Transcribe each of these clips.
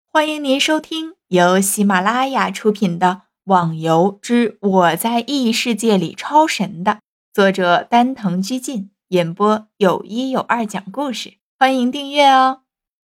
欢迎您收听由喜马拉雅出品的《网游之我在异世界里超神》的作者丹藤居进演播，有一有二讲故事。欢迎订阅哦。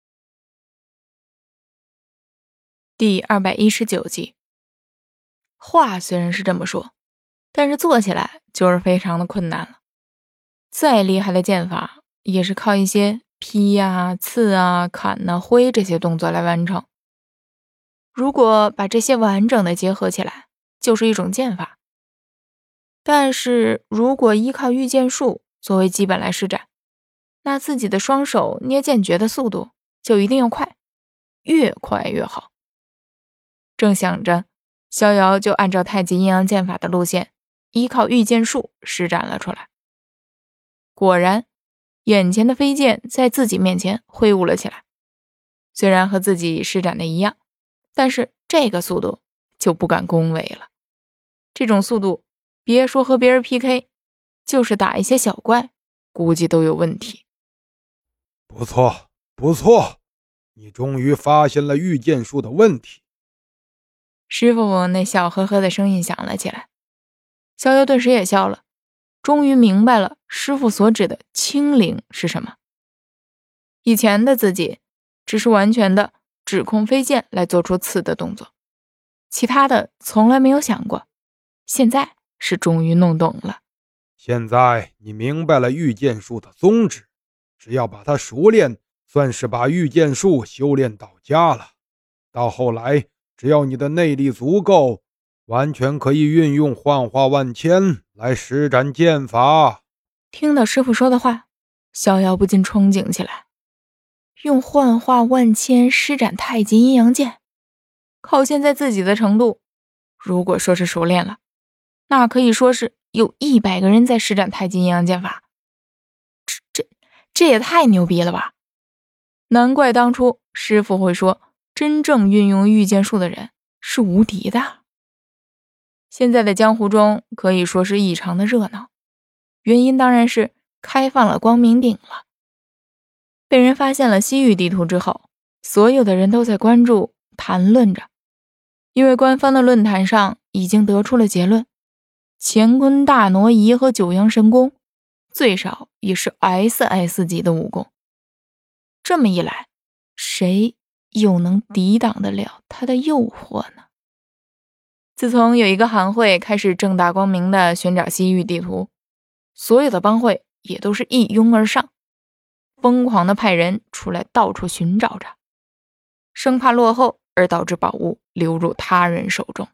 第219集。话虽然是这么说，但是做起来就是非常的困难了。再厉害的剑法也是靠一些劈啊、刺啊、砍啊、挥这些动作来完成。如果把这些完整的结合起来，就是一种剑法。但是如果依靠御剑术作为基本来施展，那自己的双手捏剑诀的速度就一定要快，越快越好。正想着，逍遥就按照太极阴阳剑法的路线，依靠御剑术施展了出来。果然，眼前的飞剑在自己面前挥舞了起来，虽然和自己施展的一样，但是这个速度就不敢恭维了。这种速度，别说和别人 PK， 就是打一些小怪，估计都有问题。 不错，不错，你终于发现了御剑术的问题。 师傅那笑呵呵的声音响了起来，逍遥顿时也笑了，终于明白了师傅所指的清灵是什么。以前的自己只是完全的指控飞剑来做出刺的动作，其他的从来没有想过，现在是终于弄懂了。 现在你明白了御剑术的宗旨，只要把它熟练，算是把御剑术修炼到家了。到后来，只要你的内力足够，完全可以运用幻化万千来施展剑法。 听到师傅说的话，逍遥不禁憧憬起来。用幻化万千施展太极阴阳剑，靠现在自己的程度，如果说是熟练了，那可以说是有100个人在施展太极阴阳剑法。这也太牛逼了吧！难怪当初师傅会说，真正运用御剑术的人是无敌的。现在的江湖中可以说是异常的热闹，原因当然是开放了光明顶了。被人发现了西域地图之后，所有的人都在关注谈论着，因为官方的论坛上已经得出了结论，乾坤大挪移和九阳神功最少也是 SS 级的武功。这么一来，谁又能抵挡得了他的诱惑呢？自从有一个行会开始正大光明地寻找西域地图，所有的帮会也都是一拥而上，疯狂地派人出来到处寻找着，生怕落后而导致宝物流入他人手中。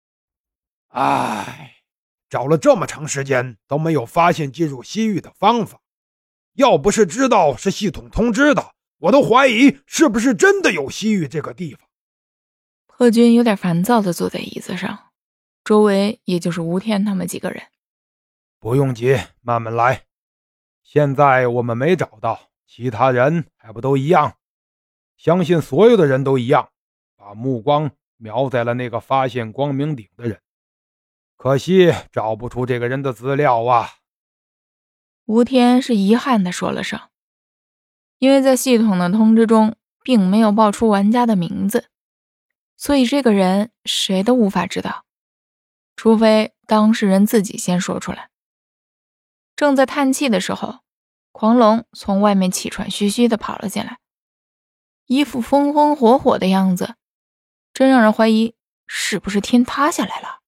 找了这么长时间都没有发现进入西域的方法，要不是知道是系统通知的，我都怀疑是不是真的有西域这个地方。 破军有点烦躁地坐在椅子上，周围也就是吴天他们几个人。 不用急，慢慢来。现在我们没找到，其他人还不都一样？相信所有的人都一样，把目光瞄在了那个发现光明顶的人。可惜找不出这个人的资料啊。 吴天是遗憾地说了声，因为在系统的通知中并没有报出玩家的名字，所以这个人谁都无法知道，除非当事人自己先说出来。正在叹气的时候，狂龙从外面气喘吁吁地跑了进来，一副风风火火的样子，真让人怀疑是不是天塌下来了。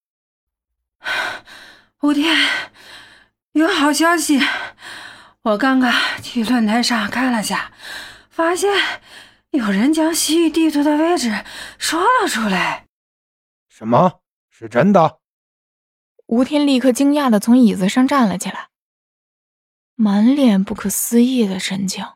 吴天，有好消息，我刚刚去论坛上看了下，发现有人将西域地图的位置说了出来。 什么？是真的？ 吴天立刻惊讶地从椅子上站了起来，满脸不可思议的神情。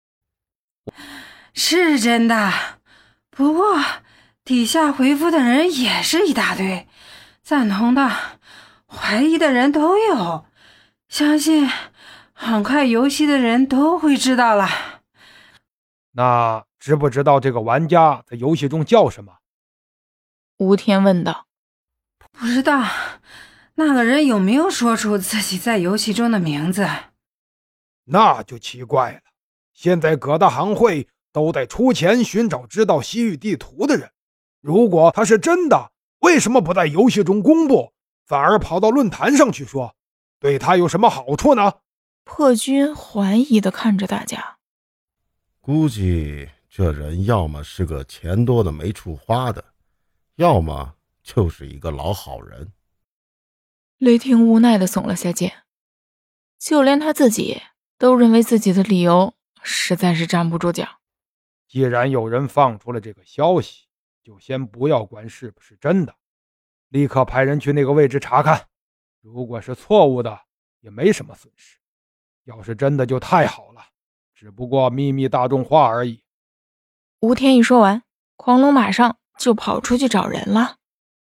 是真的，不过底下回复的人也是一大堆，赞同的、怀疑的人都有，相信很快游戏的人都会知道了。 那知不知道这个玩家在游戏中叫什么？ 吴天问道。 不知道，那个人有没有说出自己在游戏中的名字？ 那就奇怪了，现在各大行会都得出钱寻找知道西域地图的人。如果他是真的，为什么不在游戏中公布，反而跑到论坛上去说？对他有什么好处呢？ 破军怀疑地看着大家， 估计这人要么是个钱多的没处花的，要么就是一个老好人。 雷霆无奈地耸了下肩，就连他自己都认为自己的理由实在是站不住脚。 既然有人放出了这个消息，就先不要管是不是真的，立刻派人去那个位置查看。如果是错误的，也没什么损失；要是真的就太好了，只不过秘密大众化而已。 吴天一说完，狂龙马上就跑出去找人了。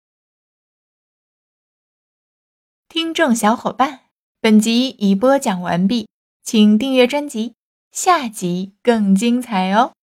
听众小伙伴，本集已播讲完毕，请订阅专辑，下集更精彩哦。